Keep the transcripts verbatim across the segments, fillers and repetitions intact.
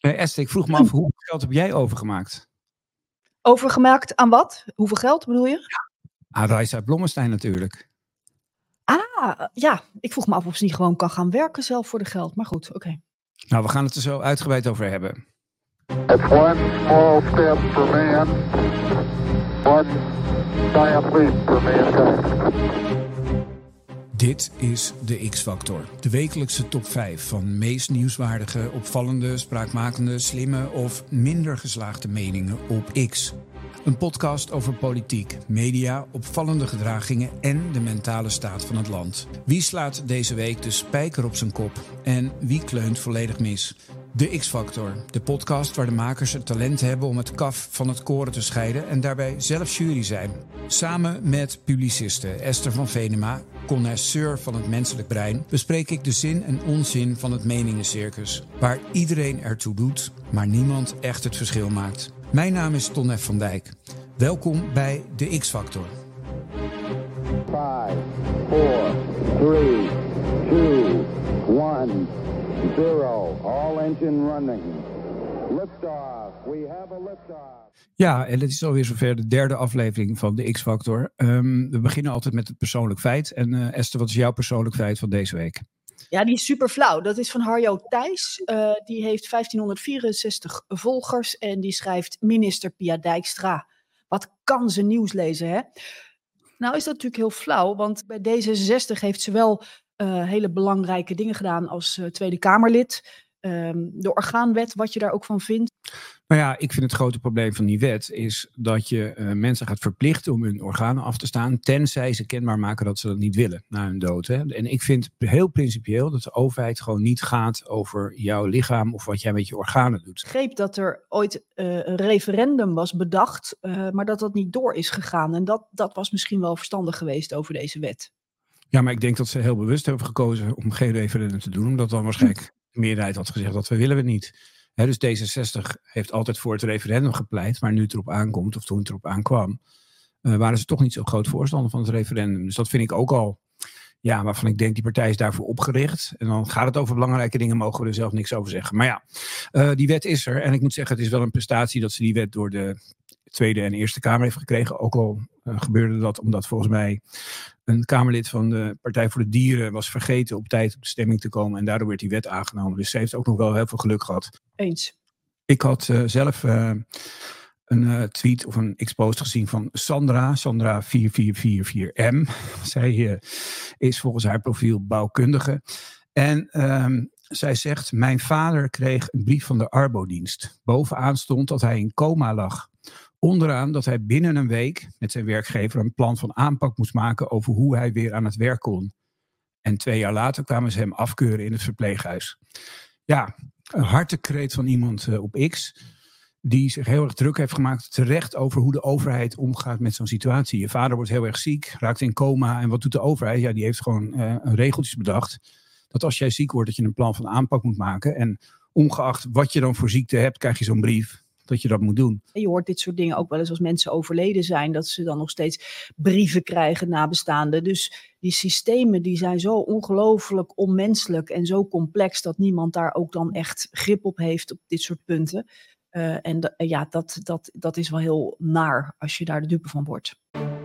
Uh, Esther, ik vroeg me af, hoeveel geld heb jij overgemaakt? Overgemaakt aan wat? Hoeveel geld bedoel je? Ja, aan Reisa Blommestein natuurlijk. Ah, ja. Ik vroeg me af of ze niet gewoon kan gaan werken zelf voor de geld. Maar goed, oké. Okay. Nou, we gaan het er zo uitgebreid over hebben. It's one small step for man, one giant leap for mankind. Dit is de X-Factor, de wekelijkse top vijf van meest nieuwswaardige, opvallende, spraakmakende, slimme of minder geslaagde meningen op X. Een podcast over politiek, media, opvallende gedragingen en de mentale staat van het land. Wie slaat deze week de spijker op zijn kop en wie kleunt volledig mis? De X-Factor, de podcast waar de makers het talent hebben om het kaf van het koren te scheiden en daarbij zelf jury zijn. Samen met publiciste Esther van Venema, connoisseur van het menselijk brein, bespreek ik de zin en onzin van het meningencircus, waar iedereen ertoe doet, maar niemand echt het verschil maakt. Mijn naam is Ton F. van Dijk. Welkom bij de X-Factor. Five, four, three, two, one, zero. All engine running. Liftoff. We have a liftoff. Ja, en het is alweer zover de derde aflevering van de X-Factor. Um, we beginnen altijd met het persoonlijk feit. En uh, Esther, wat is jouw persoonlijk feit van deze week? Ja, die is super flauw. Dat is van Harjo Thijs. Uh, die heeft vijftienhonderdvierenzestig volgers en die schrijft minister Pia Dijkstra. Wat kan ze nieuws lezen, hè? Nou is dat natuurlijk heel flauw, want bij D zesenzestig heeft ze wel uh, hele belangrijke dingen gedaan als uh, Tweede Kamerlid. Um, de orgaanwet, wat je daar ook van vindt. Nou ja, ik vind het grote probleem van die wet is dat je uh, mensen gaat verplichten om hun organen af te staan, tenzij ze kenbaar maken dat ze dat niet willen na hun dood. Hè? En ik vind heel principieel dat de overheid gewoon niet gaat over jouw lichaam of wat jij met je organen doet. Ik begreep dat er ooit uh, een referendum was bedacht, uh, maar dat dat niet door is gegaan. En dat, dat was misschien wel verstandig geweest over deze wet. Ja, maar ik denk dat ze heel bewust hebben gekozen om geen referendum te doen, omdat dan waarschijnlijk de meerderheid had gezegd dat we willen we niet. He, dus D zesenzestig heeft altijd voor het referendum gepleit, maar nu het erop aankomt, of toen het erop aankwam, uh, waren ze toch niet zo groot voorstander van het referendum. Dus dat vind ik ook al, ja, waarvan ik denk die partij is daarvoor opgericht. En dan gaat het over belangrijke dingen, mogen we er zelf niks over zeggen. Maar ja, uh, die wet is er. En ik moet zeggen, het is wel een prestatie dat ze die wet door de Tweede en Eerste Kamer heeft gekregen. Ook al uh, gebeurde dat omdat volgens mij een Kamerlid van de Partij voor de Dieren was vergeten op tijd op de stemming te komen. En daardoor werd die wet aangenomen. Dus ze heeft ook nog wel heel veel geluk gehad. Eens. Ik had uh, zelf uh, een uh, tweet of een X-post gezien van Sandra. Sandra vier vier vier vier M. Zij uh, is volgens haar profiel bouwkundige. En um, zij zegt, mijn vader kreeg een brief van de Arbodienst. Bovenaan stond dat hij in coma lag. Onderaan dat hij binnen een week met zijn werkgever een plan van aanpak moest maken over hoe hij weer aan het werk kon. En twee jaar later kwamen ze hem afkeuren in het verpleeghuis. Ja, een hartekreet van iemand uh, op X die zich heel erg druk heeft gemaakt terecht over hoe de overheid omgaat met zo'n situatie. Je vader wordt heel erg ziek, raakt in coma en wat doet de overheid? Ja, die heeft gewoon uh, een regeltjes bedacht dat als jij ziek wordt dat je een plan van aanpak moet maken. En ongeacht wat je dan voor ziekte hebt, krijg je zo'n brief dat je dat moet doen. Je hoort dit soort dingen ook wel eens als mensen overleden zijn, dat ze dan nog steeds brieven krijgen nabestaanden. Dus die systemen die zijn zo ongelooflijk onmenselijk en zo complex dat niemand daar ook dan echt grip op heeft op dit soort punten. Uh, en d- ja, dat, dat, dat is wel heel naar als je daar de dupe van wordt.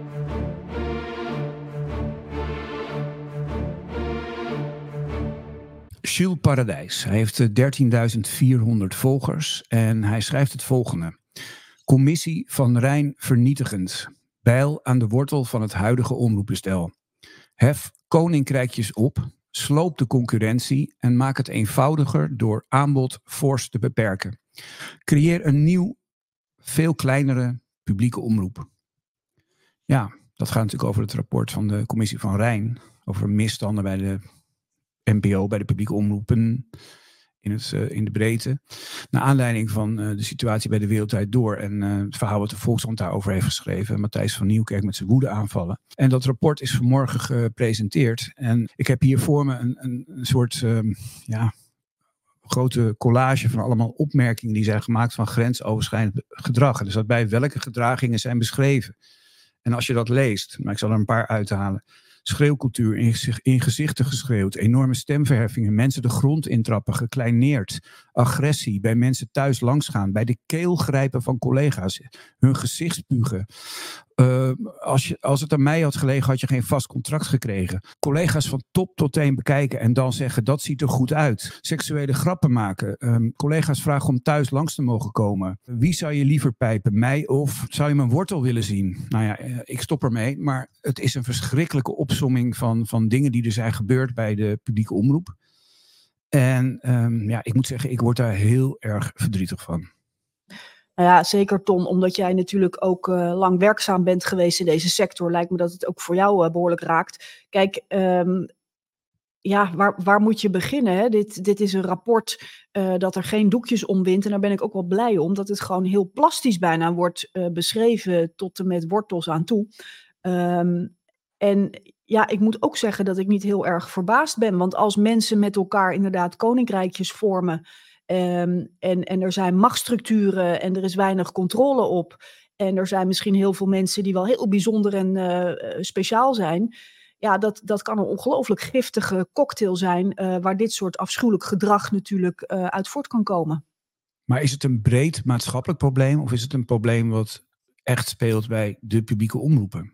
Jules Paradijs. Hij heeft dertienduizend vierhonderd volgers en hij schrijft het volgende. Commissie van Rijn vernietigend. Bijl aan de wortel van het huidige omroepbestel. Hef koninkrijkjes op, sloop de concurrentie en maak het eenvoudiger door aanbod fors te beperken. Creëer een nieuw, veel kleinere publieke omroep. Ja, dat gaat natuurlijk over het rapport van de Commissie van Rijn over misstanden bij de N P O, bij de publieke omroepen in, het, uh, in de breedte. Naar aanleiding van uh, de situatie bij de Wereldwijd Door en uh, het verhaal wat de Volkskrant daarover heeft geschreven. Matthijs van Nieuwkerk met zijn woede aanvallen. En dat rapport is vanmorgen gepresenteerd. En ik heb hier voor me een, een, een soort um, ja, grote collage van allemaal opmerkingen die zijn gemaakt van grensoverschrijdend gedrag. En er staat bij welke gedragingen zijn beschreven. En als je dat leest, maar ik zal er een paar uithalen. schreeuwcultuur in, in gezichten geschreeuwd, enorme stemverheffingen, mensen de grond intrappen, gekleineerd, agressie, bij mensen thuis langsgaan, bij de keel grijpen van collega's, hun gezicht spugen. Uh, als, je, als het aan mij had gelegen, had je geen vast contract gekregen. Collega's van top tot teen bekijken en dan zeggen, dat ziet er goed uit. Seksuele grappen maken. Um, collega's vragen om thuis langs te mogen komen. Wie zou je liever pijpen, mij of zou je mijn wortel willen zien? Nou ja, ik stop ermee, maar het is een verschrikkelijke opsomming van, van dingen die er zijn gebeurd bij de publieke omroep. En um, ja, ik moet zeggen, ik word daar heel erg verdrietig van. Nou ja, zeker Ton, omdat jij natuurlijk ook uh, lang werkzaam bent geweest in deze sector, lijkt me dat het ook voor jou uh, behoorlijk raakt. Kijk, um, ja, waar, waar moet je beginnen? Hè? Dit, dit is een rapport uh, dat er geen doekjes omwindt en daar ben ik ook wel blij om, dat het gewoon heel plastisch bijna wordt uh, beschreven tot en met wortels aan toe. Um, en ja, ik moet ook zeggen dat ik niet heel erg verbaasd ben, want als mensen met elkaar inderdaad koninkrijkjes vormen, Um, en, en er zijn machtsstructuren en er is weinig controle op. En er zijn misschien heel veel mensen die wel heel bijzonder en uh, speciaal zijn. Ja, dat, dat kan een ongelooflijk giftige cocktail zijn, uh, waar dit soort afschuwelijk gedrag natuurlijk uh, uit voort kan komen. Maar is het een breed maatschappelijk probleem of is het een probleem wat echt speelt bij de publieke omroepen?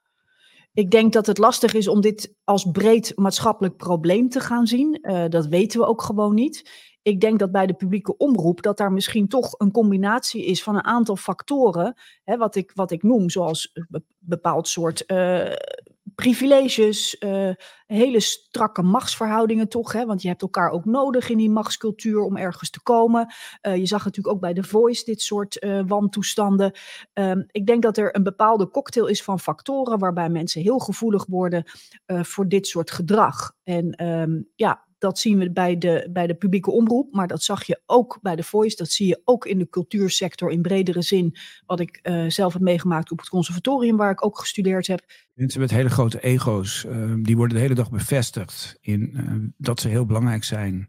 Ik denk dat het lastig is om dit als breed maatschappelijk probleem te gaan zien. Uh, dat weten we ook gewoon niet. Ik denk dat bij de publieke omroep dat daar misschien toch een combinatie is van een aantal factoren. Hè, wat, ik, wat ik noem, zoals een bepaald soort uh, privileges, uh, hele strakke machtsverhoudingen toch. Hè, want je hebt elkaar ook nodig in die machtscultuur om ergens te komen. Uh, je zag natuurlijk ook bij The Voice dit soort uh, wantoestanden. Um, ik denk dat er een bepaalde cocktail is van factoren waarbij mensen heel gevoelig worden uh, voor dit soort gedrag. En um, ja... Dat zien we bij de, bij de publieke omroep, maar dat zag je ook bij The Voice. Dat zie je ook in de cultuursector in bredere zin. Wat ik uh, zelf heb meegemaakt op het conservatorium waar ik ook gestudeerd heb. Mensen met hele grote ego's, uh, die worden de hele dag bevestigd in uh, dat ze heel belangrijk zijn.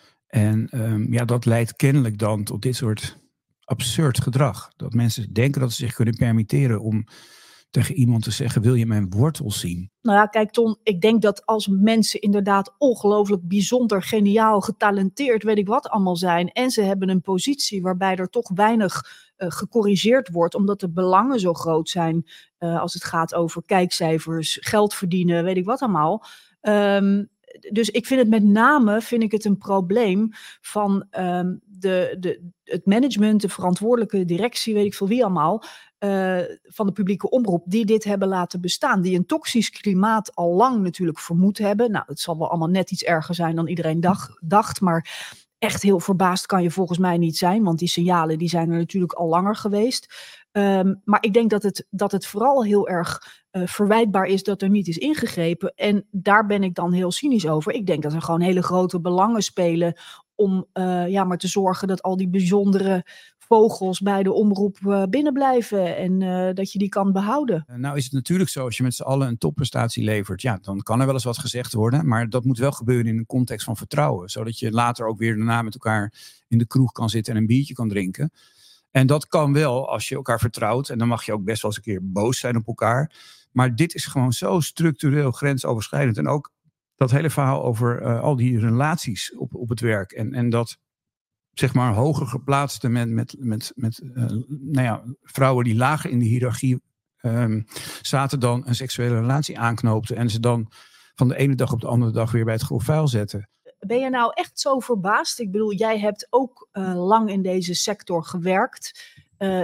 En um, ja, dat leidt kennelijk dan tot dit soort absurd gedrag. Dat mensen denken dat ze zich kunnen permitteren om tegen iemand te zeggen, wil je mijn wortels zien? Nou ja, kijk Ton, ik denk dat als mensen inderdaad ongelooflijk bijzonder, geniaal, getalenteerd, weet ik wat allemaal zijn, en ze hebben een positie waarbij er toch weinig uh, gecorrigeerd wordt, omdat de belangen zo groot zijn, uh, als het gaat over kijkcijfers, geld verdienen, weet ik wat allemaal. Um, dus ik vind het met name, vind ik het een probleem van um, de, de, het management, de verantwoordelijke directie, weet ik veel wie allemaal, Uh, van de publieke omroep, die dit hebben laten bestaan. Die een toxisch klimaat al lang natuurlijk vermoed hebben. Nou, het zal wel allemaal net iets erger zijn dan iedereen dag, dacht, maar echt heel verbaasd kan je volgens mij niet zijn, want die signalen die zijn er natuurlijk al langer geweest. Um, maar ik denk dat het, dat het vooral heel erg uh, verwijtbaar is dat er niet is ingegrepen. En daar ben ik dan heel cynisch over. Ik denk dat er gewoon hele grote belangen spelen om uh, ja, maar te zorgen dat al die bijzondere vogels bij de omroep uh, binnenblijven en uh, dat je die kan behouden. Nou is het natuurlijk zo, als je met z'n allen een topprestatie levert, ja, dan kan er wel eens wat gezegd worden, maar dat moet wel gebeuren in een context van vertrouwen, zodat je later ook weer daarna met elkaar in de kroeg kan zitten en een biertje kan drinken. En dat kan wel als je elkaar vertrouwt en dan mag je ook best wel eens een keer boos zijn op elkaar. Maar dit is gewoon zo structureel grensoverschrijdend en ook dat hele verhaal over uh, al die relaties op, op het werk en, en dat zeg maar hoger geplaatste met, met, met, met uh, nou ja, vrouwen die lager in de hiërarchie um, zaten dan een seksuele relatie aanknoopten en ze dan van de ene dag op de andere dag weer bij het grof vuil zetten. Ben je nou echt zo verbaasd? Ik bedoel, jij hebt ook uh, lang in deze sector gewerkt. Uh,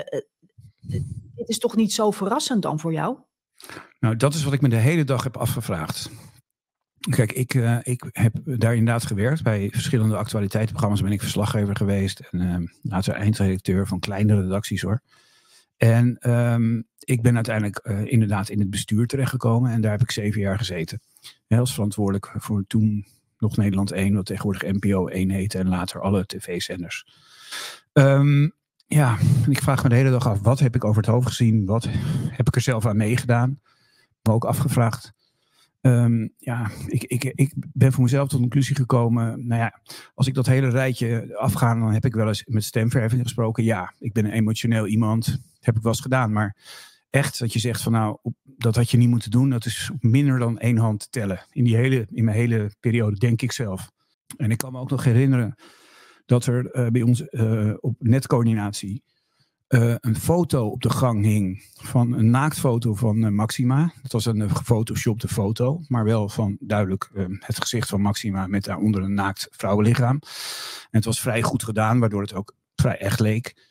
dit is toch niet zo verrassend dan voor jou? Nou, dat is wat ik me de hele dag heb afgevraagd. Kijk, ik, uh, ik heb daar inderdaad gewerkt. Bij verschillende actualiteitenprogramma's ben ik verslaggever geweest. En uh, later eindredacteur van kleinere redacties hoor. En um, ik ben uiteindelijk uh, inderdaad in het bestuur terechtgekomen. En daar heb ik zeven jaar gezeten. Ja, als verantwoordelijk voor toen nog Nederland één, wat tegenwoordig N P O één heette. En later alle tv-zenders. Um, ja, en ik vraag me de hele dag af, wat heb ik over het hoofd gezien? Wat heb ik er zelf aan meegedaan? Me ook afgevraagd. Um, ja, ik, ik, ik ben voor mezelf tot de conclusie gekomen. Nou ja, als ik dat hele rijtje afga, dan heb ik wel eens met stemverheffing gesproken. Ja, ik ben een emotioneel iemand. Dat heb ik wel eens gedaan. Maar echt dat je zegt van nou, op, dat had je niet moeten doen. Dat is op minder dan één hand te tellen. In, die hele, in mijn hele periode, denk ik zelf. En ik kan me ook nog herinneren dat er uh, bij ons uh, op netcoördinatie uh, een foto op de gang hing van een naaktfoto van uh, Maxima. Dat was een uh, gefotoshopte foto, maar wel van duidelijk uh, het gezicht van Maxima met daaronder een naakt vrouwenlichaam. En het was vrij goed gedaan, waardoor het ook vrij echt leek.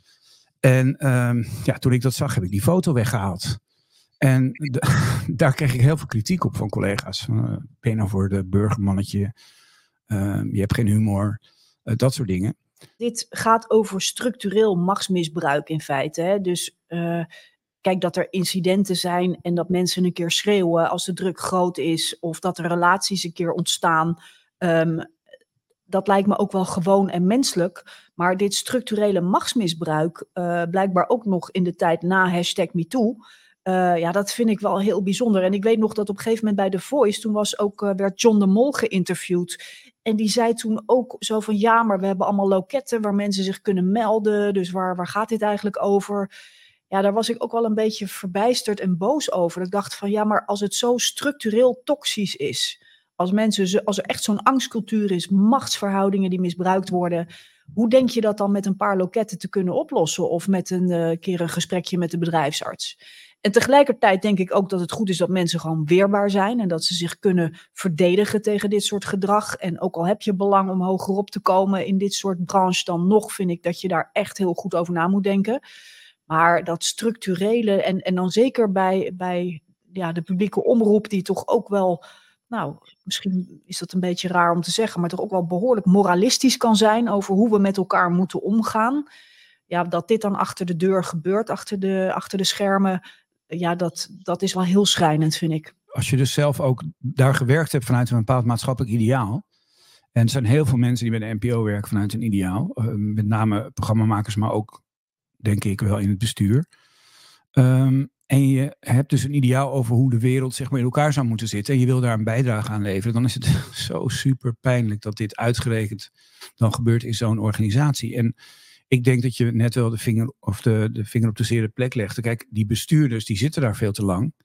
En uh, ja, toen ik dat zag, heb ik die foto weggehaald. En de, daar kreeg ik heel veel kritiek op van collega's. Uh, ben je nou voor de burgermannetje? Uh, je hebt geen humor. Uh, dat soort dingen. Dit gaat over structureel machtsmisbruik in feite. Hè? Dus uh, kijk dat er incidenten zijn en dat mensen een keer schreeuwen als de druk groot is. Of dat er relaties een keer ontstaan. Um, dat lijkt me ook wel gewoon en menselijk. Maar dit structurele machtsmisbruik, uh, blijkbaar ook nog in de tijd na hashtag MeToo. Uh, ja, dat vind ik wel heel bijzonder. En ik weet nog dat op een gegeven moment bij The Voice, toen was ook, uh, werd John de Mol geïnterviewd. En die zei toen ook zo van ja, maar we hebben allemaal loketten waar mensen zich kunnen melden. Dus waar, waar gaat dit eigenlijk over? Ja, daar was ik ook wel een beetje verbijsterd en boos over. Ik dacht van ja, maar als het zo structureel toxisch is, als mensen, als er echt zo'n angstcultuur is, machtsverhoudingen die misbruikt worden, hoe denk je dat dan met een paar loketten te kunnen oplossen? Of met een uh, keer een gesprekje met de bedrijfsarts? En tegelijkertijd denk ik ook dat het goed is dat mensen gewoon weerbaar zijn. En dat ze zich kunnen verdedigen tegen dit soort gedrag. En ook al heb je belang om hogerop te komen in dit soort branche, dan nog vind ik dat je daar echt heel goed over na moet denken. Maar dat structurele, en, en dan zeker bij, bij ja, de publieke omroep, die toch ook wel, nou, misschien is dat een beetje raar om te zeggen, maar toch ook wel behoorlijk moralistisch kan zijn over hoe we met elkaar moeten omgaan. Ja, dat dit dan achter de deur gebeurt, achter de, achter de schermen, ja, dat, dat is wel heel schrijnend, vind ik. Als je dus zelf ook daar gewerkt hebt vanuit een bepaald maatschappelijk ideaal. En er zijn heel veel mensen die bij de N P O werken vanuit een ideaal. Uh, met name programmamakers, maar ook, denk ik, wel in het bestuur. Um, en je hebt dus een ideaal over hoe de wereld zeg maar in elkaar zou moeten zitten. En je wil daar een bijdrage aan leveren. Dan is het zo super pijnlijk dat dit uitgerekend dan gebeurt in zo'n organisatie. En ik denk dat je net wel de vinger, of de, de vinger op de zere plek legt. Kijk, die bestuurders die zitten daar veel te lang.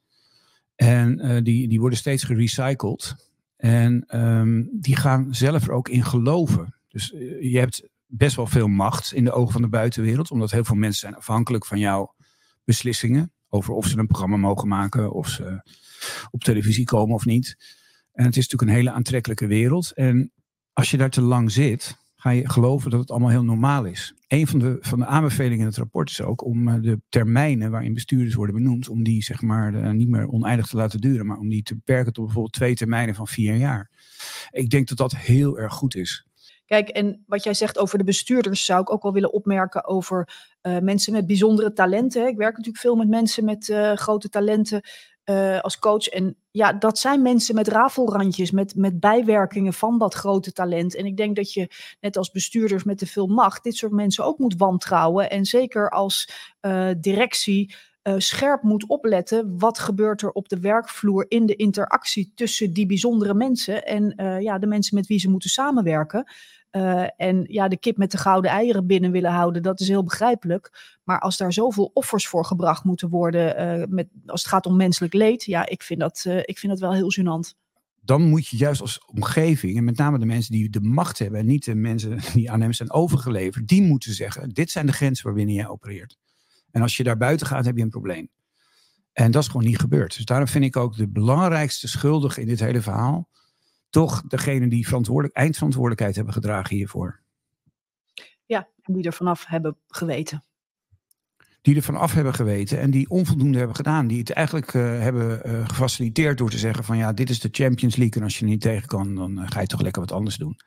En uh, die, die worden steeds gerecycled. En um, die gaan zelf er ook in geloven. Dus uh, je hebt best wel veel macht in de ogen van de buitenwereld. Omdat heel veel mensen zijn afhankelijk van jouw beslissingen. Over of ze een programma mogen maken. Of ze op televisie komen of niet. En het is natuurlijk een hele aantrekkelijke wereld. En als je daar te lang zit, ga je geloven dat het allemaal heel normaal is. Een van de, van de aanbevelingen in het rapport is ook om uh, de termijnen waarin bestuurders worden benoemd, om die zeg maar uh, niet meer oneindig te laten duren, maar om die te beperken tot bijvoorbeeld twee termijnen van vier jaar. Ik denk dat dat heel erg goed is. Kijk, en wat jij zegt over de bestuurders zou ik ook wel willen opmerken over uh, mensen met bijzondere talenten. Hè. Ik werk natuurlijk veel met mensen met uh, grote talenten uh, als coach. En ja, dat zijn mensen met rafelrandjes, met, met bijwerkingen van dat grote talent. En ik denk dat je, net als bestuurders met te veel macht, dit soort mensen ook moet wantrouwen. En zeker als uh, directie uh, scherp moet opletten, wat gebeurt er op de werkvloer in de interactie tussen die bijzondere mensen en uh, ja, de mensen met wie ze moeten samenwerken. Uh, en ja, de kip met de gouden eieren binnen willen houden, dat is heel begrijpelijk. Maar als daar zoveel offers voor gebracht moeten worden, uh, met, als het gaat om menselijk leed, ja, ik vind dat, uh, ik vind dat wel heel gênant. Dan moet je juist als omgeving, en met name de mensen die de macht hebben en niet de mensen die aan hem zijn overgeleverd, die moeten zeggen, dit zijn de grenzen waarbinnen jij opereert. En als je daar buiten gaat, heb je een probleem. En dat is gewoon niet gebeurd. Dus daarom vind ik ook de belangrijkste schuldige in dit hele verhaal toch degene die verantwoordelijk, eindverantwoordelijkheid hebben gedragen hiervoor. Ja, en die er vanaf hebben geweten. Die er vanaf hebben geweten en die onvoldoende hebben gedaan. Die het eigenlijk uh, hebben uh, gefaciliteerd door te zeggen van ja, dit is de Champions League en als je er niet tegen kan, dan uh, ga je toch lekker wat anders doen.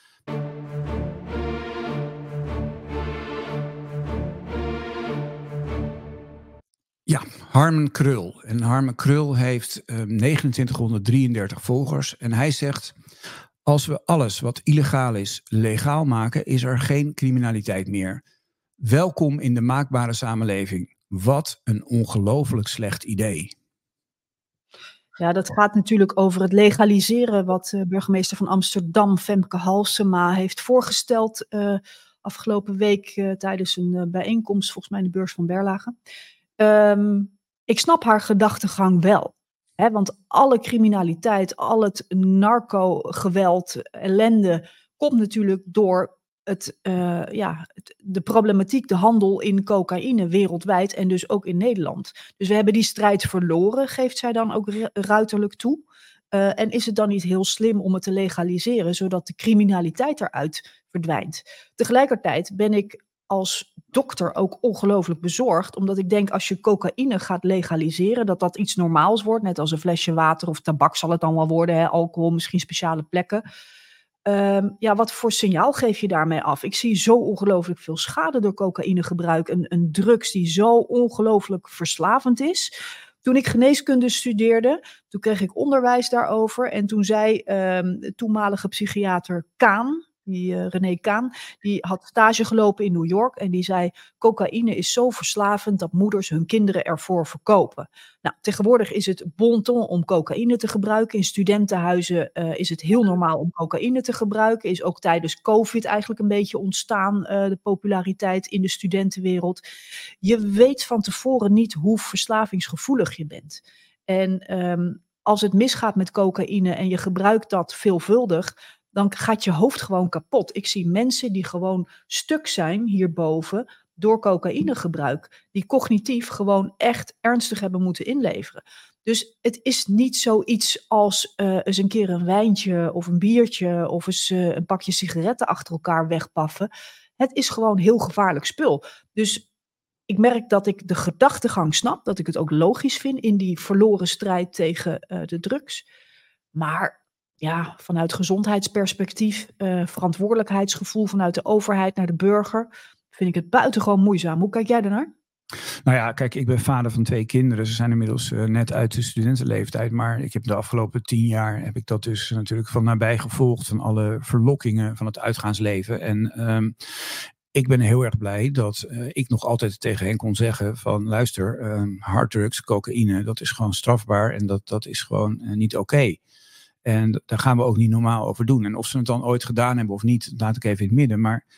Ja, Harmen Krul. En Harmen Krul heeft uh, negenentwintighonderddrieëndertig volgers. En hij zegt, als we alles wat illegaal is legaal maken, is er geen criminaliteit meer. Welkom in de maakbare samenleving. Wat een ongelooflijk slecht idee. Ja, dat gaat natuurlijk over het legaliseren wat uh, burgemeester van Amsterdam, Femke Halsema, heeft voorgesteld uh, afgelopen week uh, tijdens een uh, bijeenkomst, volgens mij in de beurs van Berlage. Um, Ik snap haar gedachtegang wel. Hè, want alle criminaliteit, al het narco-geweld, ellende, komt natuurlijk door het, uh, ja, het, de problematiek, de handel in cocaïne wereldwijd en dus ook in Nederland. Dus we hebben die strijd verloren, geeft zij dan ook ruiterlijk toe. Uh, en is het dan niet heel slim om het te legaliseren, zodat de criminaliteit eruit verdwijnt? Tegelijkertijd ben ik als dokter ook ongelooflijk bezorgd, omdat ik denk als je cocaïne gaat legaliseren, dat dat iets normaals wordt, net als een flesje water of tabak zal het dan wel worden, hè, alcohol, misschien speciale plekken. Um, ja, wat voor signaal geef je daarmee af? Ik zie zo ongelooflijk veel schade door cocaïnegebruik, een, een drugs die zo ongelooflijk verslavend is. Toen ik geneeskunde studeerde, toen kreeg ik onderwijs daarover en toen zei um, de toenmalige psychiater Kaan, Die uh, René Kaan, die had stage gelopen in New York en die zei, cocaïne is zo verslavend dat moeders hun kinderen ervoor verkopen. Nou, tegenwoordig is het bon ton om cocaïne te gebruiken. In studentenhuizen uh, is het heel normaal om cocaïne te gebruiken. Is ook tijdens COVID eigenlijk een beetje ontstaan, uh, de populariteit in de studentenwereld. Je weet van tevoren niet hoe verslavingsgevoelig je bent. En um, als het misgaat met cocaïne en je gebruikt dat veelvuldig, dan gaat je hoofd gewoon kapot. Ik zie mensen die gewoon stuk zijn hierboven door cocaïnegebruik, die cognitief gewoon echt ernstig hebben moeten inleveren. Dus het is niet zoiets als uh, eens een keer een wijntje of een biertje of eens uh, een pakje sigaretten achter elkaar wegpaffen. Het is gewoon heel gevaarlijk spul. Dus ik merk dat ik de gedachtegang snap, dat ik het ook logisch vind in die verloren strijd tegen uh, de drugs. Maar ja, vanuit gezondheidsperspectief, uh, verantwoordelijkheidsgevoel vanuit de overheid naar de burger, vind ik het buitengewoon moeizaam. Hoe kijk jij daarnaar? Nou ja, kijk, ik ben vader van twee kinderen. Ze zijn inmiddels uh, net uit de studentenleeftijd. Maar ik heb de afgelopen tien jaar heb ik dat dus natuurlijk van nabij gevolgd. Van alle verlokkingen van het uitgaansleven. En um, ik ben heel erg blij dat uh, ik nog altijd tegen hen kon zeggen van luister, um, harddrugs, cocaïne, dat is gewoon strafbaar. En dat, dat is gewoon uh, niet oké. Okay. En daar gaan we ook niet normaal over doen. En of ze het dan ooit gedaan hebben of niet, laat ik even in het midden. Maar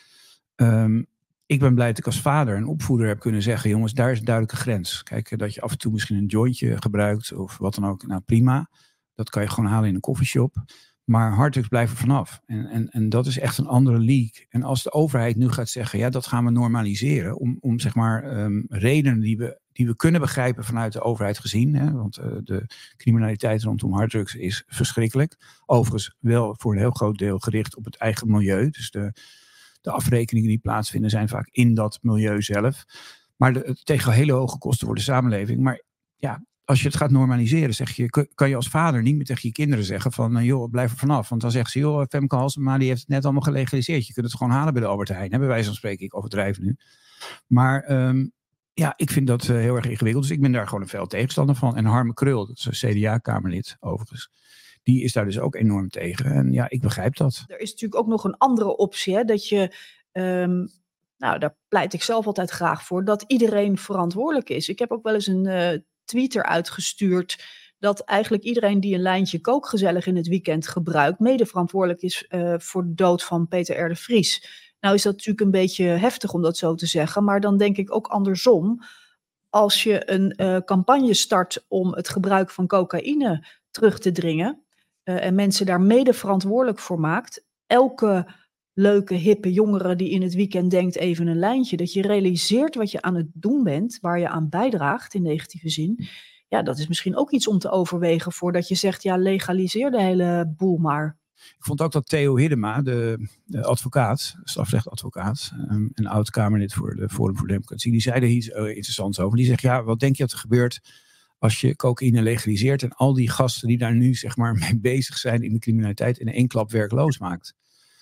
um, ik ben blij dat ik als vader en opvoeder heb kunnen zeggen, jongens, daar is een duidelijke grens. Kijk, dat je af en toe misschien een jointje gebruikt of wat dan ook, nou prima. Dat kan je gewoon halen in een koffieshop. Maar harddrugs blijven vanaf. En, en, en dat is echt een andere league. En als de overheid nu gaat zeggen, ja, dat gaan we normaliseren. Om, om zeg maar um, redenen die we, die we kunnen begrijpen vanuit de overheid gezien. Hè, want uh, de criminaliteit rondom harddrugs is verschrikkelijk. Overigens wel voor een heel groot deel gericht op het eigen milieu. Dus de, de afrekeningen die plaatsvinden zijn vaak in dat milieu zelf. Maar de, tegen hele hoge kosten voor de samenleving. Maar ja, als je het gaat normaliseren, zeg je, kan je als vader niet meer tegen je kinderen zeggen van, joh, blijf er vanaf. Want dan zeggen ze, joh, Femke Halsema, die heeft het net allemaal gelegaliseerd. Je kunt het gewoon halen bij de Albert Heijn. Bij wijze van spreken, ik overdrijf nu. Maar um, ja, ik vind dat uh, heel erg ingewikkeld. Dus ik ben daar gewoon een fel tegenstander van. En Harme Krul, dat is een C D A-kamerlid overigens, die is daar dus ook enorm tegen. En ja, ik begrijp dat. Er is natuurlijk ook nog een andere optie, hè, dat je, um, nou, daar pleit ik zelf altijd graag voor, dat iedereen verantwoordelijk is. Ik heb ook wel eens een uh, tweet eruit gestuurd dat eigenlijk iedereen die een lijntje kookgezellig in het weekend gebruikt, mede verantwoordelijk is uh, voor de dood van Peter R. de Vries. Nou is dat natuurlijk een beetje heftig om dat zo te zeggen, maar dan denk ik ook andersom. Als je een uh, campagne start om het gebruik van cocaïne terug te dringen uh, en mensen daar mede verantwoordelijk voor maakt, elke leuke, hippe jongere die in het weekend denkt even een lijntje, dat je realiseert wat je aan het doen bent, waar je aan bijdraagt in negatieve zin, ja, dat is misschien ook iets om te overwegen voordat je zegt, ja, legaliseer de hele boel maar. Ik vond ook dat Theo Hiddema, de, de advocaat, strafrechtadvocaat, um, en oud-Kamerlid voor de Forum voor Democratie, die zei er iets uh, interessants over. Die zegt, ja, wat denk je dat er gebeurt als je cocaïne legaliseert en al die gasten die daar nu zeg maar mee bezig zijn in de criminaliteit in één klap werkloos maakt?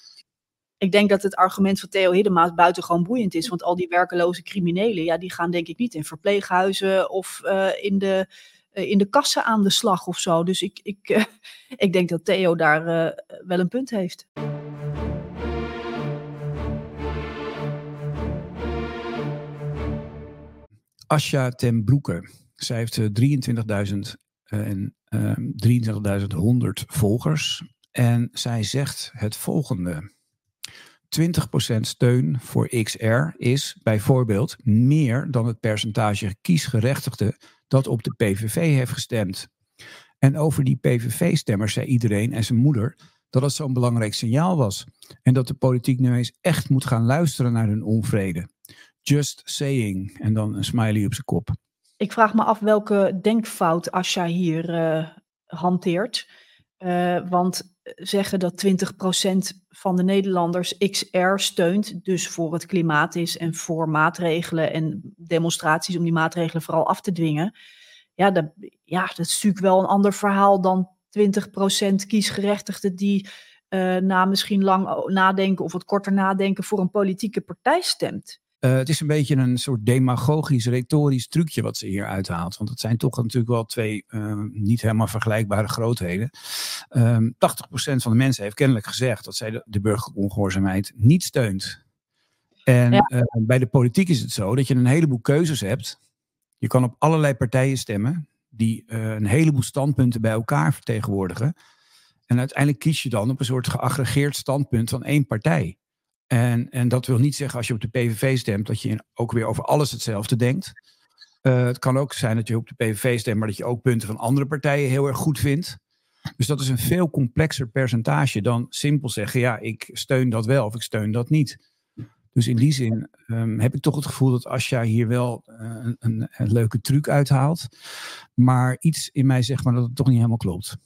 Ik denk dat het argument van Theo Hiddema buitengewoon boeiend is, want al die werkeloze criminelen, ja, die gaan denk ik niet in verpleeghuizen of uh, in de in de kassen aan de slag of zo. Dus ik, ik, uh, ik denk dat Theo daar uh, wel een punt heeft. Asja ten Broeke. Zij heeft uh, drieëntwintigduizend honderd volgers. En zij zegt het volgende. twintig procent steun voor X R is bijvoorbeeld meer dan het percentage kiesgerechtigden dat op de P V V heeft gestemd. En over die P V V-stemmers zei iedereen en zijn moeder dat het zo'n belangrijk signaal was. En dat de politiek nu eens echt moet gaan luisteren naar hun onvrede. Just saying. En dan een smiley op zijn kop. Ik vraag me af welke denkfout Asja hier uh, hanteert. Uh, want zeggen dat twintig procent van de Nederlanders X R steunt, dus voor het klimaat is en voor maatregelen en demonstraties om die maatregelen vooral af te dwingen. Ja, dat, ja, dat is natuurlijk wel een ander verhaal dan twintig procent kiesgerechtigden die uh, na misschien lang nadenken of wat korter nadenken voor een politieke partij stemt. Uh, het is een beetje een soort demagogisch, retorisch trucje wat ze hier uithaalt. Want het zijn toch natuurlijk wel twee uh, niet helemaal vergelijkbare grootheden. Um, tachtig procent van de mensen heeft kennelijk gezegd dat zij de, de burgerlijke ongehoorzaamheid niet steunt. En ja. uh, bij de politiek is het zo dat je een heleboel keuzes hebt. Je kan op allerlei partijen stemmen die uh, een heleboel standpunten bij elkaar vertegenwoordigen. En uiteindelijk kies je dan op een soort geaggregeerd standpunt van één partij. En, en dat wil niet zeggen als je op de P V V stemt dat je ook weer over alles hetzelfde denkt. Uh, het kan ook zijn dat je op de P V V stemt, maar dat je ook punten van andere partijen heel erg goed vindt. Dus dat is een veel complexer percentage dan simpel zeggen, ja, ik steun dat wel of ik steun dat niet. Dus in die zin um, heb ik toch het gevoel dat Asja hier wel uh, een, een, een leuke truc uithaalt. Maar iets in mij zegt maar dat het toch niet helemaal klopt.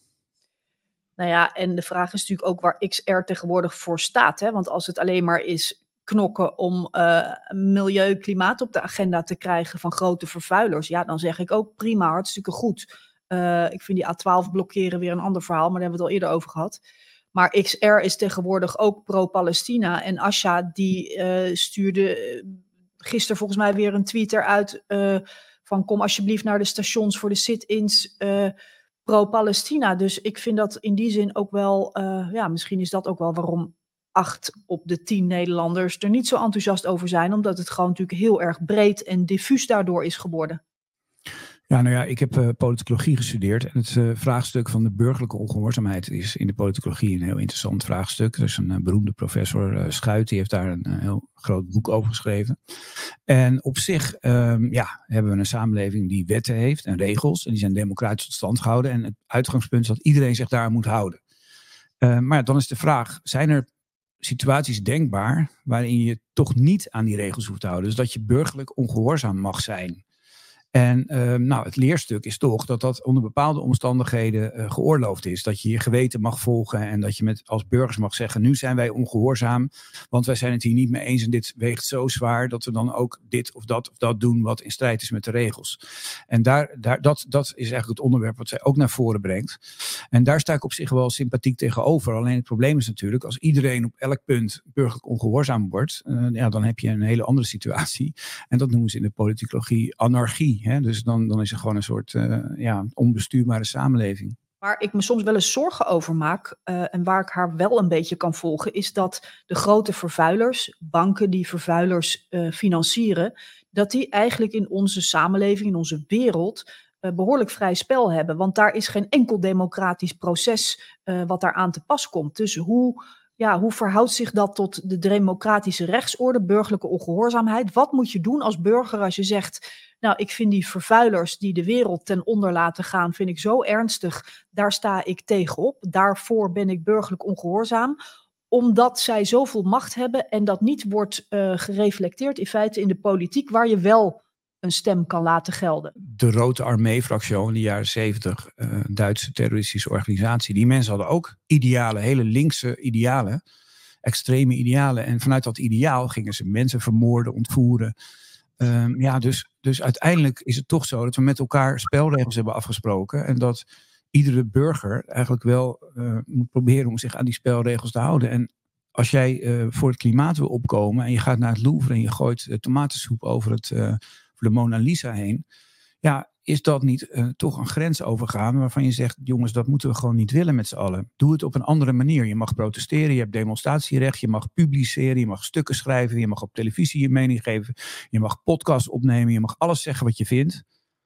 Nou ja, en de vraag is natuurlijk ook waar X R tegenwoordig voor staat. Hè? Want als het alleen maar is knokken om uh, milieu, klimaat op de agenda te krijgen van grote vervuilers. Ja, dan zeg ik ook prima, hartstikke goed. Uh, ik vind die A twaalf blokkeren weer een ander verhaal, maar daar hebben we het al eerder over gehad. Maar X R is tegenwoordig ook pro-Palestina. En Asja die uh, stuurde gisteren volgens mij weer een tweet eruit uh, van kom alsjeblieft naar de stations voor de sit-ins uh, pro-Palestina. Dus ik vind dat in die zin ook wel, uh, ja, misschien is dat ook wel waarom acht op de tien Nederlanders er niet zo enthousiast over zijn, omdat het gewoon natuurlijk heel erg breed en diffuus daardoor is geworden. Ja, nou ja, ik heb uh, politicologie gestudeerd en het uh, vraagstuk van de burgerlijke ongehoorzaamheid is in de politicologie een heel interessant vraagstuk. Er is een uh, beroemde professor uh, Schuit, die heeft daar een uh, heel groot boek over geschreven. En op zich um, ja, hebben we een samenleving die wetten heeft en regels en die zijn democratisch tot stand gehouden en het uitgangspunt is dat iedereen zich daar moet houden. Uh, maar dan is de vraag, zijn er situaties denkbaar waarin je toch niet aan die regels hoeft te houden? Dus dat je burgerlijk ongehoorzaam mag zijn. En uh, nou, het leerstuk is toch dat dat onder bepaalde omstandigheden uh, geoorloofd is. Dat je je geweten mag volgen en dat je met, als burgers mag zeggen, nu zijn wij ongehoorzaam, want wij zijn het hier niet mee eens en dit weegt zo zwaar dat we dan ook dit of dat of dat doen wat in strijd is met de regels. En daar, daar, dat, dat is eigenlijk het onderwerp wat zij ook naar voren brengt. En daar sta ik op zich wel sympathiek tegenover. Alleen het probleem is natuurlijk, als iedereen op elk punt burgerlijk ongehoorzaam wordt, uh, ja, dan heb je een hele andere situatie. En dat noemen ze in de politicologie anarchie. Hè? Dus dan, dan is er gewoon een soort uh, ja, onbestuurbare samenleving. Waar ik me soms wel eens zorgen over maak, uh, en waar ik haar wel een beetje kan volgen, is dat de grote vervuilers, banken die vervuilers uh, financieren, dat die eigenlijk in onze samenleving, in onze wereld, uh, behoorlijk vrij spel hebben. Want daar is geen enkel democratisch proces uh, wat daar aan te pas komt. Dus hoe... Ja, hoe verhoudt zich dat tot de democratische rechtsorde, burgerlijke ongehoorzaamheid? Wat moet je doen als burger als je zegt, nou, ik vind die vervuilers die de wereld ten onder laten gaan, vind ik zo ernstig, daar sta ik tegenop. Daarvoor ben ik burgerlijk ongehoorzaam, omdat zij zoveel macht hebben en dat niet wordt uh, gereflecteerd in feite in de politiek, waar je wel een stem kan laten gelden. De Rode Armee-fractie in de jaren zeventig, uh, Duitse terroristische organisatie. Die mensen hadden ook idealen, hele linkse idealen, extreme idealen. En vanuit dat ideaal gingen ze mensen vermoorden, ontvoeren. Um, ja, dus, dus uiteindelijk is het toch zo dat we met elkaar spelregels hebben afgesproken. En dat iedere burger eigenlijk wel uh, moet proberen om zich aan die spelregels te houden. En als jij uh, voor het klimaat wil opkomen en je gaat naar het Louvre en je gooit uh, tomatensoep over het... Uh, de Mona Lisa heen, ja, is dat niet uh, toch een grens overgaan waarvan je zegt, jongens, dat moeten we gewoon niet willen met z'n allen. Doe het op een andere manier. Je mag protesteren, je hebt demonstratierecht, je mag publiceren, je mag stukken schrijven, je mag op televisie je mening geven, je mag podcasts opnemen, je mag alles zeggen wat je vindt.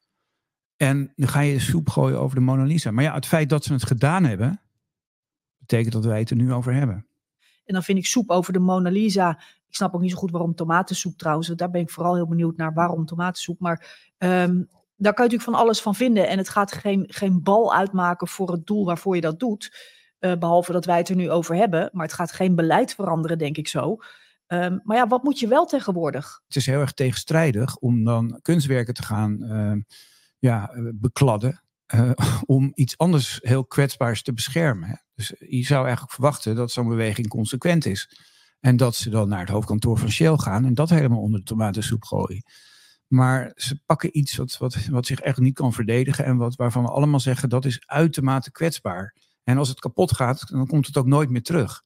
En dan ga je soep gooien over de Mona Lisa. Maar ja, het feit dat ze het gedaan hebben, betekent dat wij het er nu over hebben. En dan vind ik soep over de Mona Lisa. Ik snap ook niet zo goed waarom tomatensoep trouwens. Daar ben ik vooral heel benieuwd naar waarom tomatensoep. Maar um, daar kan je natuurlijk van alles van vinden. En het gaat geen, geen bal uitmaken voor het doel waarvoor je dat doet. Uh, behalve dat wij het er nu over hebben. Maar het gaat geen beleid veranderen, denk ik zo. Um, maar ja, wat moet je wel tegenwoordig? Het is heel erg tegenstrijdig om dan kunstwerken te gaan uh, ja, bekladden. Uh, om iets anders heel kwetsbaars te beschermen. Hè. Dus je zou eigenlijk verwachten dat zo'n beweging consequent is. En dat ze dan naar het hoofdkantoor van Shell gaan en dat helemaal onder de tomatensoep gooien. Maar ze pakken iets wat, wat, wat zich echt niet kan verdedigen en wat, waarvan we allemaal zeggen dat is uitermate kwetsbaar. En als het kapot gaat, dan komt het ook nooit meer terug.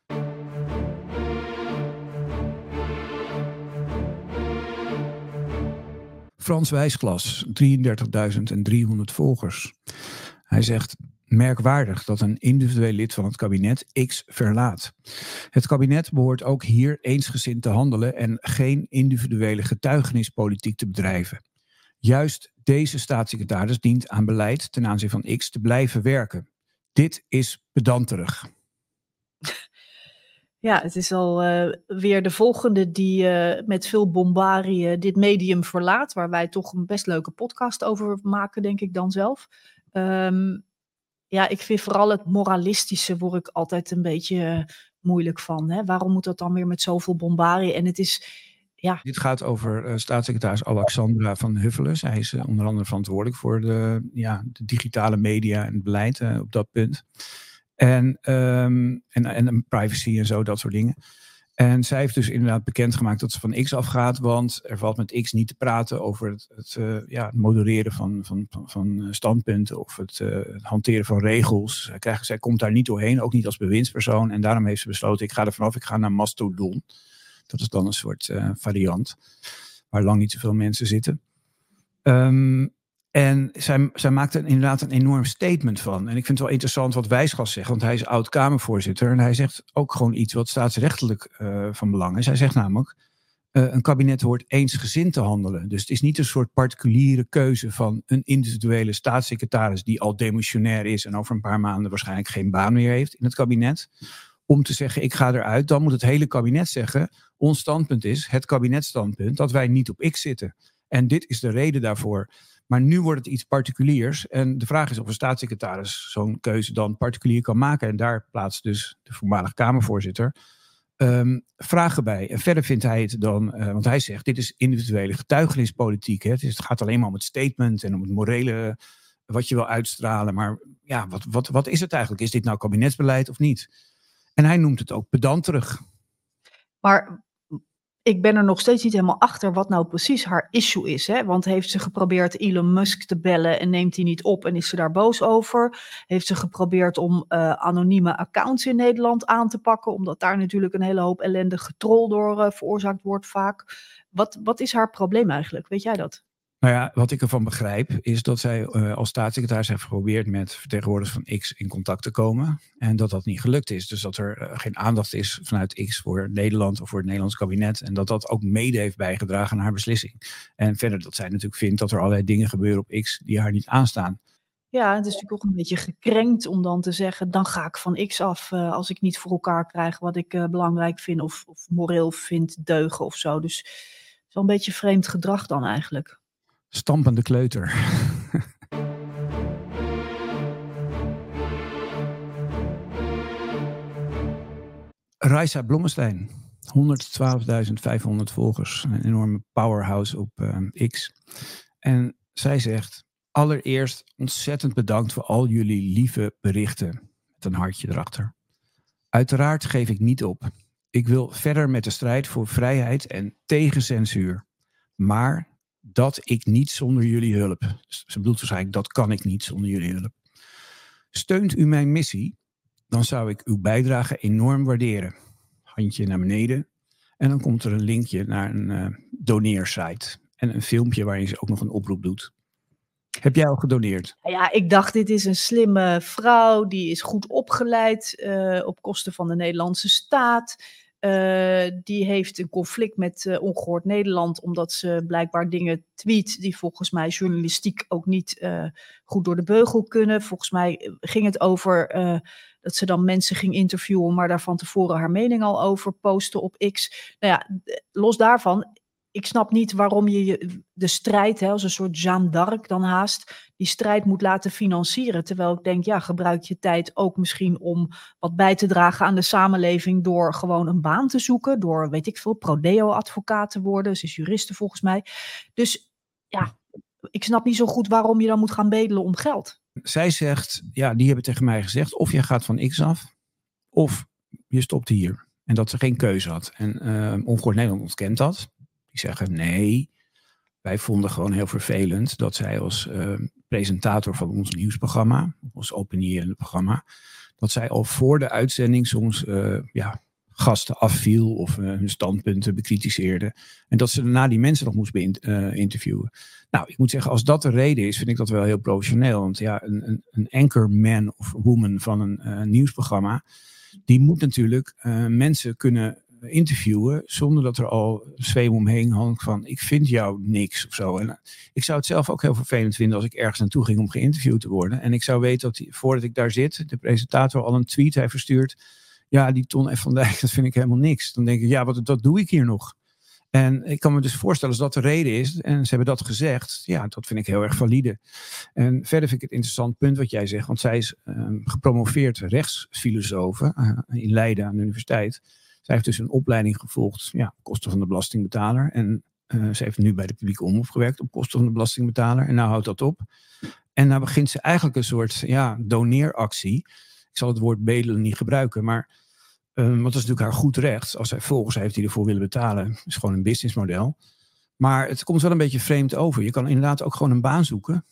Frans Wijsglas, drieëndertigduizend driehonderd volgers. Hij zegt: merkwaardig dat een individueel lid van het kabinet X verlaat. Het kabinet behoort ook hier eensgezind te handelen en geen individuele getuigenispolitiek te bedrijven. Juist deze staatssecretaris dient aan beleid ten aanzien van X te blijven werken. Dit is pedanterig. Ja, het is al uh, weer de volgende die uh, met veel bombarie uh, dit medium verlaat, waar wij toch een best leuke podcast over maken, denk ik dan zelf. Um, ja, ik vind vooral het moralistische word ik altijd een beetje uh, moeilijk van. Hè? Waarom moet dat dan weer met zoveel bombarie? En het is, ja... Dit gaat over uh, staatssecretaris Alexandra van Huffelen. Zij is uh, onder andere verantwoordelijk voor de, ja, de digitale media en het beleid uh, op dat punt. En, um, en, en privacy en zo, dat soort dingen. En zij heeft dus inderdaad bekendgemaakt dat ze van X afgaat, want er valt met X niet te praten over het, het, uh, ja, het modereren van, van, van, van standpunten of het, uh, het hanteren van regels. Zij, krijgt, zij komt daar niet doorheen, ook niet als bewindspersoon. En daarom heeft ze besloten, ik ga er vanaf, ik ga naar Mastodon. Dat is dan een soort uh, variant waar lang niet zoveel mensen zitten. Um, En zij, zij maakte inderdaad een enorm statement van. En ik vind het wel interessant wat Wijsglas zegt, want hij is oud-Kamervoorzitter. En hij zegt ook gewoon iets wat staatsrechtelijk uh, van belang is. Hij zegt namelijk, uh, een kabinet hoort eensgezind te handelen. Dus het is niet een soort particuliere keuze van een individuele staatssecretaris die al demissionair is en over een paar maanden waarschijnlijk geen baan meer heeft in het kabinet. Om te zeggen, ik ga eruit. Dan moet het hele kabinet zeggen, ons standpunt is, het kabinetstandpunt, dat wij niet op X zitten. En dit is de reden daarvoor. Maar nu wordt het iets particuliers. En de vraag is of een staatssecretaris zo'n keuze dan particulier kan maken. En daar plaatst dus de voormalige Kamervoorzitter um, vragen bij. En verder vindt hij het dan, uh, want hij zegt, dit is individuele getuigenispolitiek. Hè? Het, is, het gaat alleen maar om het statement en om het morele, wat je wil uitstralen. Maar ja, wat, wat, wat is het eigenlijk? Is dit nou kabinetsbeleid of niet? En hij noemt het ook pedanterig. Maar ik ben er nog steeds niet helemaal achter wat nou precies haar issue is. Hè? Want heeft ze geprobeerd Elon Musk te bellen en neemt hij niet op en is ze daar boos over? Heeft ze geprobeerd om uh, anonieme accounts in Nederland aan te pakken? Omdat daar natuurlijk een hele hoop ellendig getrol door uh, veroorzaakt wordt vaak. Wat, wat is haar probleem eigenlijk? Weet jij dat? Nou ja, wat ik ervan begrijp is dat zij uh, als staatssecretaris heeft geprobeerd met vertegenwoordigers van X in contact te komen. En dat dat niet gelukt is. Dus dat er uh, geen aandacht is vanuit X voor Nederland of voor het Nederlands kabinet. En dat dat ook mede heeft bijgedragen aan haar beslissing. En verder dat zij natuurlijk vindt dat er allerlei dingen gebeuren op X die haar niet aanstaan. Ja, het is natuurlijk ook een beetje gekrenkt om dan te zeggen, dan ga ik van X af uh, als ik niet voor elkaar krijg wat ik uh, belangrijk vind of, of moreel vind deugen of zo. Dus het is wel een beetje vreemd gedrag dan eigenlijk. Stampende kleuter. Raisa Blommestein, honderdtwaalfduizend vijfhonderd volgers. Een enorme powerhouse op uh, X. En zij zegt, allereerst ontzettend bedankt voor al jullie lieve berichten. Met een hartje erachter. Uiteraard geef ik niet op. Ik wil verder met de strijd voor vrijheid en tegen censuur. Maar dat ik niet zonder jullie hulp. Ze bedoelt waarschijnlijk, dat kan ik niet zonder jullie hulp. Steunt u mijn missie, dan zou ik uw bijdrage enorm waarderen. Handje naar beneden. En dan komt er een linkje naar een uh, doneersite. En een filmpje waarin ze ook nog een oproep doet. Heb jij al gedoneerd? Ja, ik dacht, dit is een slimme vrouw. Die is goed opgeleid uh, op kosten van de Nederlandse staat. Uh, die heeft een conflict met uh, Ongehoord Nederland, omdat ze blijkbaar dingen tweet die volgens mij journalistiek ook niet uh, goed door de beugel kunnen. Volgens mij ging het over uh, dat ze dan mensen ging interviewen, maar daar van tevoren haar mening al over posten op X. Nou ja, los daarvan, ik snap niet waarom je de strijd, hè, als een soort Jeanne d'Arc dan haast, die strijd moet laten financieren. Terwijl ik denk, ja, gebruik je tijd ook misschien om wat bij te dragen aan de samenleving door gewoon een baan te zoeken, door, weet ik veel, prodeo-advocaat te worden. Ze is juriste volgens mij. Dus ja, ik snap niet zo goed waarom je dan moet gaan bedelen om geld. Zij zegt, ja, die hebben tegen mij gezegd, of je gaat van X af, of je stopt hier. En dat ze geen keuze had. En uh, Ongehoord Nederland ontkent dat. Die zeggen, nee, wij vonden gewoon heel vervelend dat zij als uh, presentator van ons nieuwsprogramma, ons opinierende programma, dat zij al voor de uitzending soms uh, ja, gasten afviel of uh, hun standpunten bekritiseerde. En dat ze daarna die mensen nog moest beïn- uh, interviewen. Nou, ik moet zeggen, als dat de reden is, vind ik dat wel heel professioneel. Want ja, een, een, een anchorman of woman van een uh, nieuwsprogramma, die moet natuurlijk uh, mensen kunnen interviewen zonder dat er al zweem omheen hangt van ik vind jou niks of zo. En uh, ik zou het zelf ook heel vervelend vinden als ik ergens naartoe ging om geïnterviewd te worden. En ik zou weten dat die, voordat ik daar zit, de presentator al een tweet heeft verstuurd. Ja, die Ton F. van Dijk, dat vind ik helemaal niks. Dan denk ik, ja, wat, wat doe ik hier nog? En ik kan me dus voorstellen, als dat de reden is, en ze hebben dat gezegd, ja, dat vind ik heel erg valide. En verder vind ik het interessant punt wat jij zegt, want zij is um, gepromoveerd rechtsfilosoof uh, in Leiden aan de universiteit. Zij heeft dus een opleiding gevolgd, ja, kosten van de belastingbetaler. En uh, ze heeft nu bij de publieke omroep gewerkt op kosten van de belastingbetaler. En nou houdt dat op. En nou begint ze eigenlijk een soort ja, doneeractie. Ik zal het woord bedelen niet gebruiken, maar Um, want dat is natuurlijk haar goed recht. Als zij volgers heeft die ervoor willen betalen. Is gewoon een businessmodel. Maar het komt wel een beetje vreemd over. Je kan inderdaad ook gewoon een baan zoeken.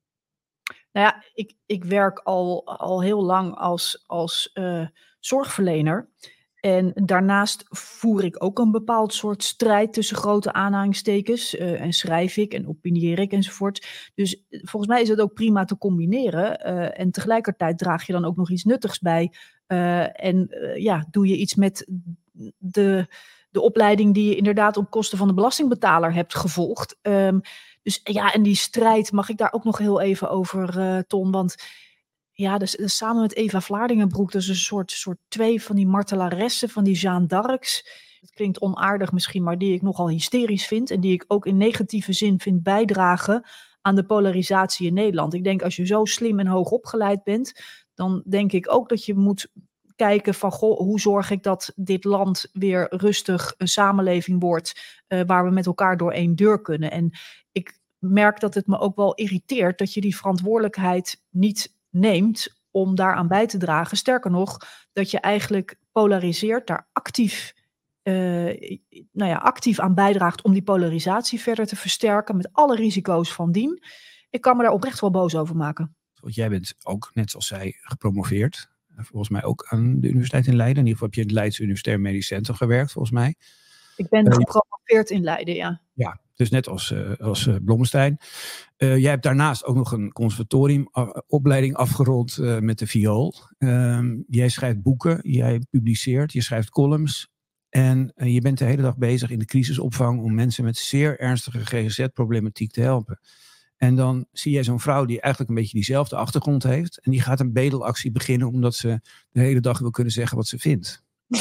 Nou ja, ik, ik werk al, al heel lang als, als uh, zorgverlener. En daarnaast voer ik ook een bepaald soort strijd tussen grote aanhalingstekens. Uh, en schrijf ik en opinieer ik enzovoort. Dus volgens mij is het ook prima te combineren. Uh, en tegelijkertijd draag je dan ook nog iets nuttigs bij. Uh, en uh, ja, doe je iets met de, de opleiding die je inderdaad op kosten van de belastingbetaler hebt gevolgd. Um, dus ja, en die strijd mag ik daar ook nog heel even over, uh, Ton. Want ja, dus, dus samen met Eva Vlaardingenbroek, dus een soort, soort twee van die martelaressen, van die Jeanne d'Arcs. Het klinkt onaardig misschien, maar die ik nogal hysterisch vind. En die ik ook in negatieve zin vind bijdragen aan de polarisatie in Nederland. Ik denk, als je zo slim en hoog opgeleid bent, dan denk ik ook dat je moet kijken van, goh, hoe zorg ik dat dit land weer rustig een samenleving wordt, uh, waar we met elkaar door één deur kunnen. En ik merk dat het me ook wel irriteert dat je die verantwoordelijkheid niet neemt om daaraan bij te dragen. Sterker nog, dat je eigenlijk polariseert, daar actief, uh, nou ja, actief aan bijdraagt om die polarisatie verder te versterken, met alle risico's van dien. Ik kan me daar oprecht wel boos over maken. Want jij bent ook, net zoals zij, gepromoveerd. Volgens mij ook aan de universiteit in Leiden. In ieder geval heb je in het Leids Universitair Medisch Centrum gewerkt, volgens mij. Ik ben uh, gepromoveerd in Leiden, ja. Ja, dus net als, uh, als uh, Blommestein. Uh, jij hebt daarnaast ook nog een conservatoriumopleiding afgerond uh, met de viool. Uh, jij schrijft boeken, jij publiceert, je schrijft columns. En uh, je bent de hele dag bezig in de crisisopvang om mensen met zeer ernstige G G Z-problematiek te helpen. En dan zie jij zo'n vrouw die eigenlijk een beetje diezelfde achtergrond heeft. En die gaat een bedelactie beginnen omdat ze de hele dag wil kunnen zeggen wat ze vindt.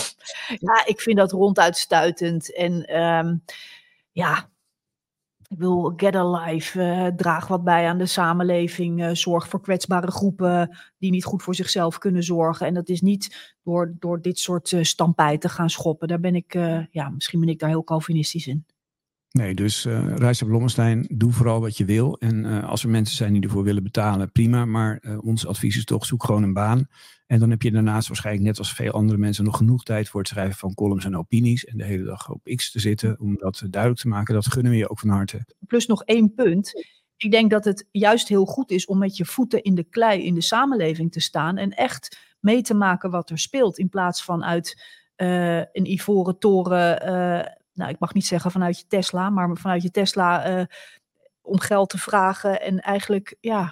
Ja, ik vind dat ronduit stuitend. En um, ja, ik wil get a life, uh, draag wat bij aan de samenleving. Uh, zorg voor kwetsbare groepen die niet goed voor zichzelf kunnen zorgen. En dat is niet door, door dit soort uh, stampij te gaan schoppen. Daar ben ik, uh, ja, misschien ben ik daar heel Calvinistisch in. Nee, dus uh, Raisa Blommestein, doe vooral wat je wil. En uh, als er mensen zijn die ervoor willen betalen, prima. Maar uh, ons advies is toch, zoek gewoon een baan. En dan heb je daarnaast waarschijnlijk net als veel andere mensen nog genoeg tijd voor het schrijven van columns en opinies. En de hele dag op X te zitten om dat duidelijk te maken. Dat gunnen we je ook van harte. Plus nog één punt. Ik denk dat het juist heel goed is om met je voeten in de klei in de samenleving te staan. En echt mee te maken wat er speelt. In plaats van uit uh, een ivoren toren... Uh, Nou, ik mag niet zeggen vanuit je Tesla, maar vanuit je Tesla uh, om geld te vragen en eigenlijk ja,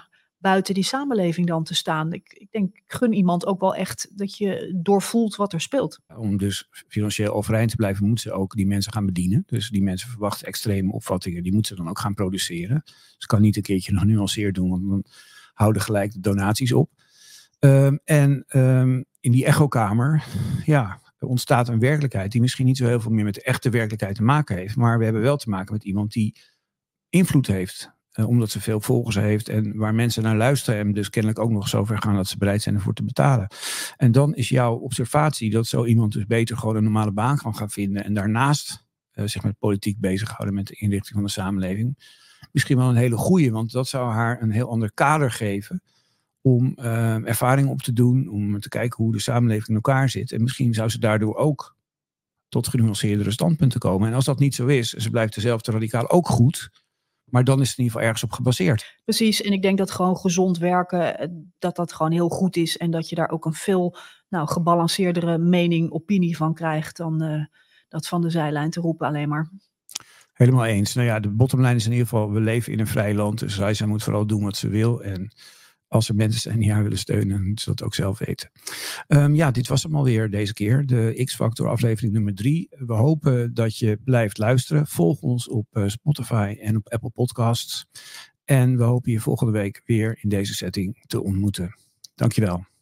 buiten die samenleving dan te staan. Ik, ik denk, ik gun iemand ook wel echt dat je doorvoelt wat er speelt. Om dus financieel overeind te blijven, moeten ze ook die mensen gaan bedienen. Dus die mensen verwachten extreme opvattingen, die moeten ze dan ook gaan produceren. Dus ik kan niet een keertje nog nuanceerd doen, want dan houden gelijk de donaties op. Um, en um, in die echokamer, ja, er ontstaat een werkelijkheid die misschien niet zo heel veel meer met de echte werkelijkheid te maken heeft. Maar we hebben wel te maken met iemand die invloed heeft. Uh, omdat ze veel volgers heeft en waar mensen naar luisteren en dus kennelijk ook nog zover gaan dat ze bereid zijn ervoor te betalen. En dan is jouw observatie dat zo iemand dus beter gewoon een normale baan kan gaan vinden en daarnaast uh, zich met politiek bezighouden, met de inrichting van de samenleving. Misschien wel een hele goeie, want dat zou haar een heel ander kader geven om uh, ervaring op te doen, om te kijken hoe de samenleving in elkaar zit. En misschien zou ze daardoor ook tot genuanceerdere standpunten komen. En als dat niet zo is, ze blijft dezelfde radicaal ook goed, maar dan is het in ieder geval ergens op gebaseerd. Precies, en ik denk dat gewoon gezond werken, dat dat gewoon heel goed is. En dat je daar ook een veel nou, gebalanceerdere mening, opinie van krijgt dan uh, dat van de zijlijn te roepen alleen maar. Helemaal eens. Nou ja, de bottomline is in ieder geval, we leven in een vrij land. Dus Raisa moet vooral doen wat ze wil. En als er mensen zijn die haar willen steunen, moeten ze dat ook zelf weten. Um, ja, dit was hem alweer deze keer. De X-Factor aflevering nummer drie. We hopen dat je blijft luisteren. Volg ons op uh, Spotify en op Apple Podcasts. En we hopen je volgende week weer in deze setting te ontmoeten. Dankjewel.